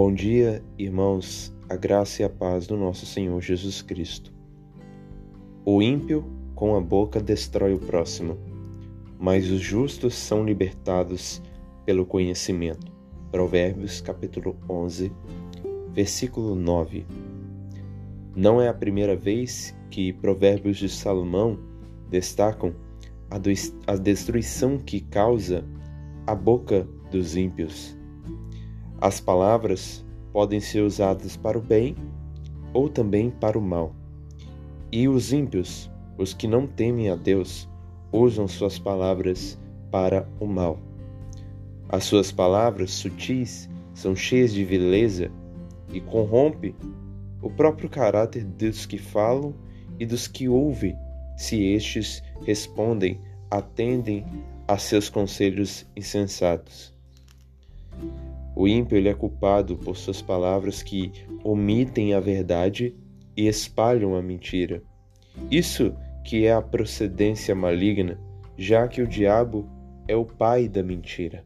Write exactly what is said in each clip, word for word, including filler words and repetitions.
Bom dia, irmãos, a graça e a paz do nosso Senhor Jesus Cristo. O ímpio com a boca destrói o próximo, mas os justos são libertados pelo conhecimento. Provérbios capítulo onze, versículo nove. Não é a primeira vez que Provérbios de Salomão destacam a destruição que causa a boca dos ímpios. As palavras podem ser usadas para o bem ou também para o mal. E os ímpios, os que não temem a Deus, usam suas palavras para o mal. As suas palavras sutis são cheias de vileza e corrompem o próprio caráter dos que falam e dos que ouvem, se estes respondem, atendem a seus conselhos insensatos. O ímpio ele é culpado por suas palavras que omitem a verdade e espalham a mentira. Isso que é a procedência maligna, já que o diabo é o pai da mentira.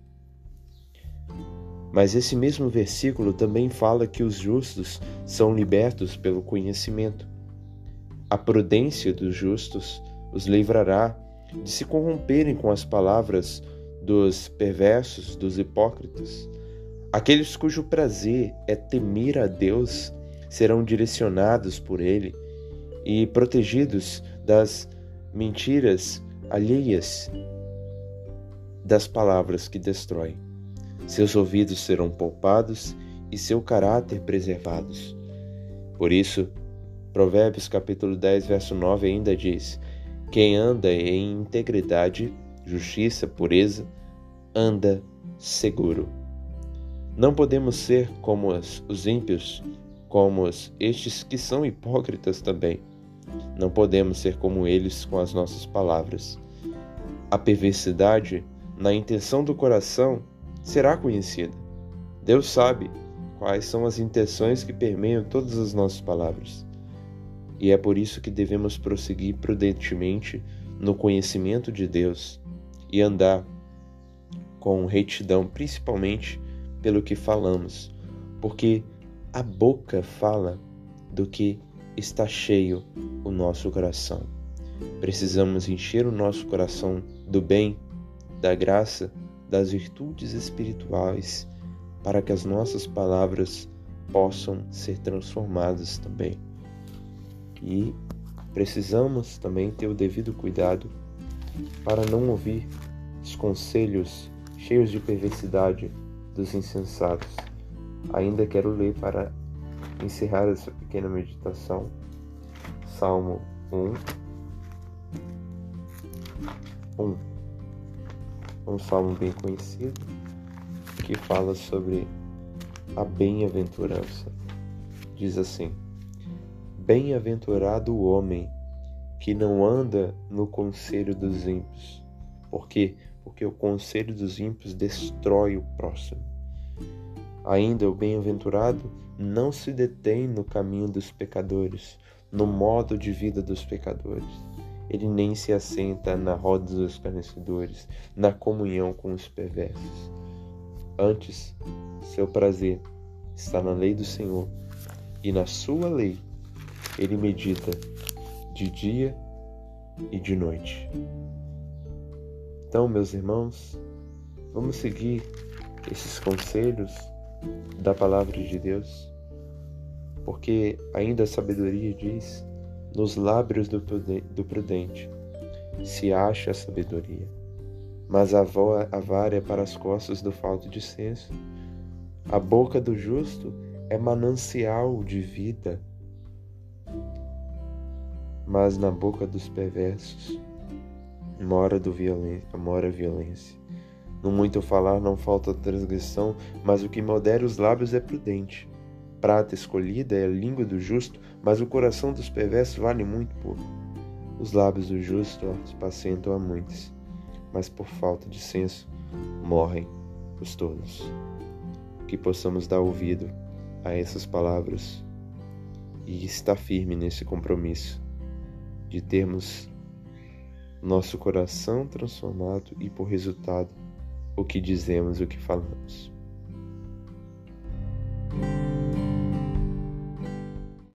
Mas esse mesmo versículo também fala que os justos são libertos pelo conhecimento. A prudência dos justos os livrará de se corromperem com as palavras dos perversos, dos hipócritas. Aqueles cujo prazer é temer a Deus serão direcionados por Ele e protegidos das mentiras alheias, das palavras que destroem. Seus ouvidos serão poupados e seu caráter preservados. Por isso, Provérbios capítulo dez, verso nove ainda diz: quem anda em integridade, justiça, pureza, anda seguro. Não podemos ser como os ímpios, como estes que são hipócritas também. Não podemos ser como eles com as nossas palavras. A perversidade na intenção do coração será conhecida. Deus sabe quais são as intenções que permeiam todas as nossas palavras. E é por isso que devemos prosseguir prudentemente no conhecimento de Deus e andar com retidão, principalmente pelo que falamos, porque a boca fala do que está cheio o nosso coração. Precisamos encher o nosso coração do bem, da graça, das virtudes espirituais, para que as nossas palavras possam ser transformadas também. E precisamos também ter o devido cuidado para não ouvir os conselhos cheios de perversidade dos insensatos. Ainda quero ler para encerrar essa pequena meditação Salmo um, um, um salmo bem conhecido que fala sobre a bem-aventurança. Diz assim: bem-aventurado o homem que não anda no conselho dos ímpios. Por quê? Porque o conselho dos ímpios destrói o próximo. Ainda o bem-aventurado não se detém no caminho dos pecadores, no modo de vida dos pecadores. Ele nem se assenta na roda dos escarnecedores, na comunhão com os perversos. Antes, seu prazer está na lei do Senhor, e na sua lei ele medita de dia e de noite. Então, meus irmãos, vamos seguir esses conselhos da palavra de Deus, porque ainda a sabedoria diz: nos lábios do prudente se acha a sabedoria, mas a vara é para as costas do falto de senso. A boca do justo é manancial de vida, mas na boca dos perversos mora, do violência, mora a violência. No muito falar não falta transgressão, mas o que modera os lábios é prudente. Prata escolhida é a língua do justo, mas o coração dos perversos vale muito pouco. Os lábios do justo apacentam a muitos, mas por falta de senso morrem os tolos. Que possamos dar ouvido a essas palavras e estar firme nesse compromisso de termos nosso coração transformado e, por resultado, o que dizemos, o que falamos.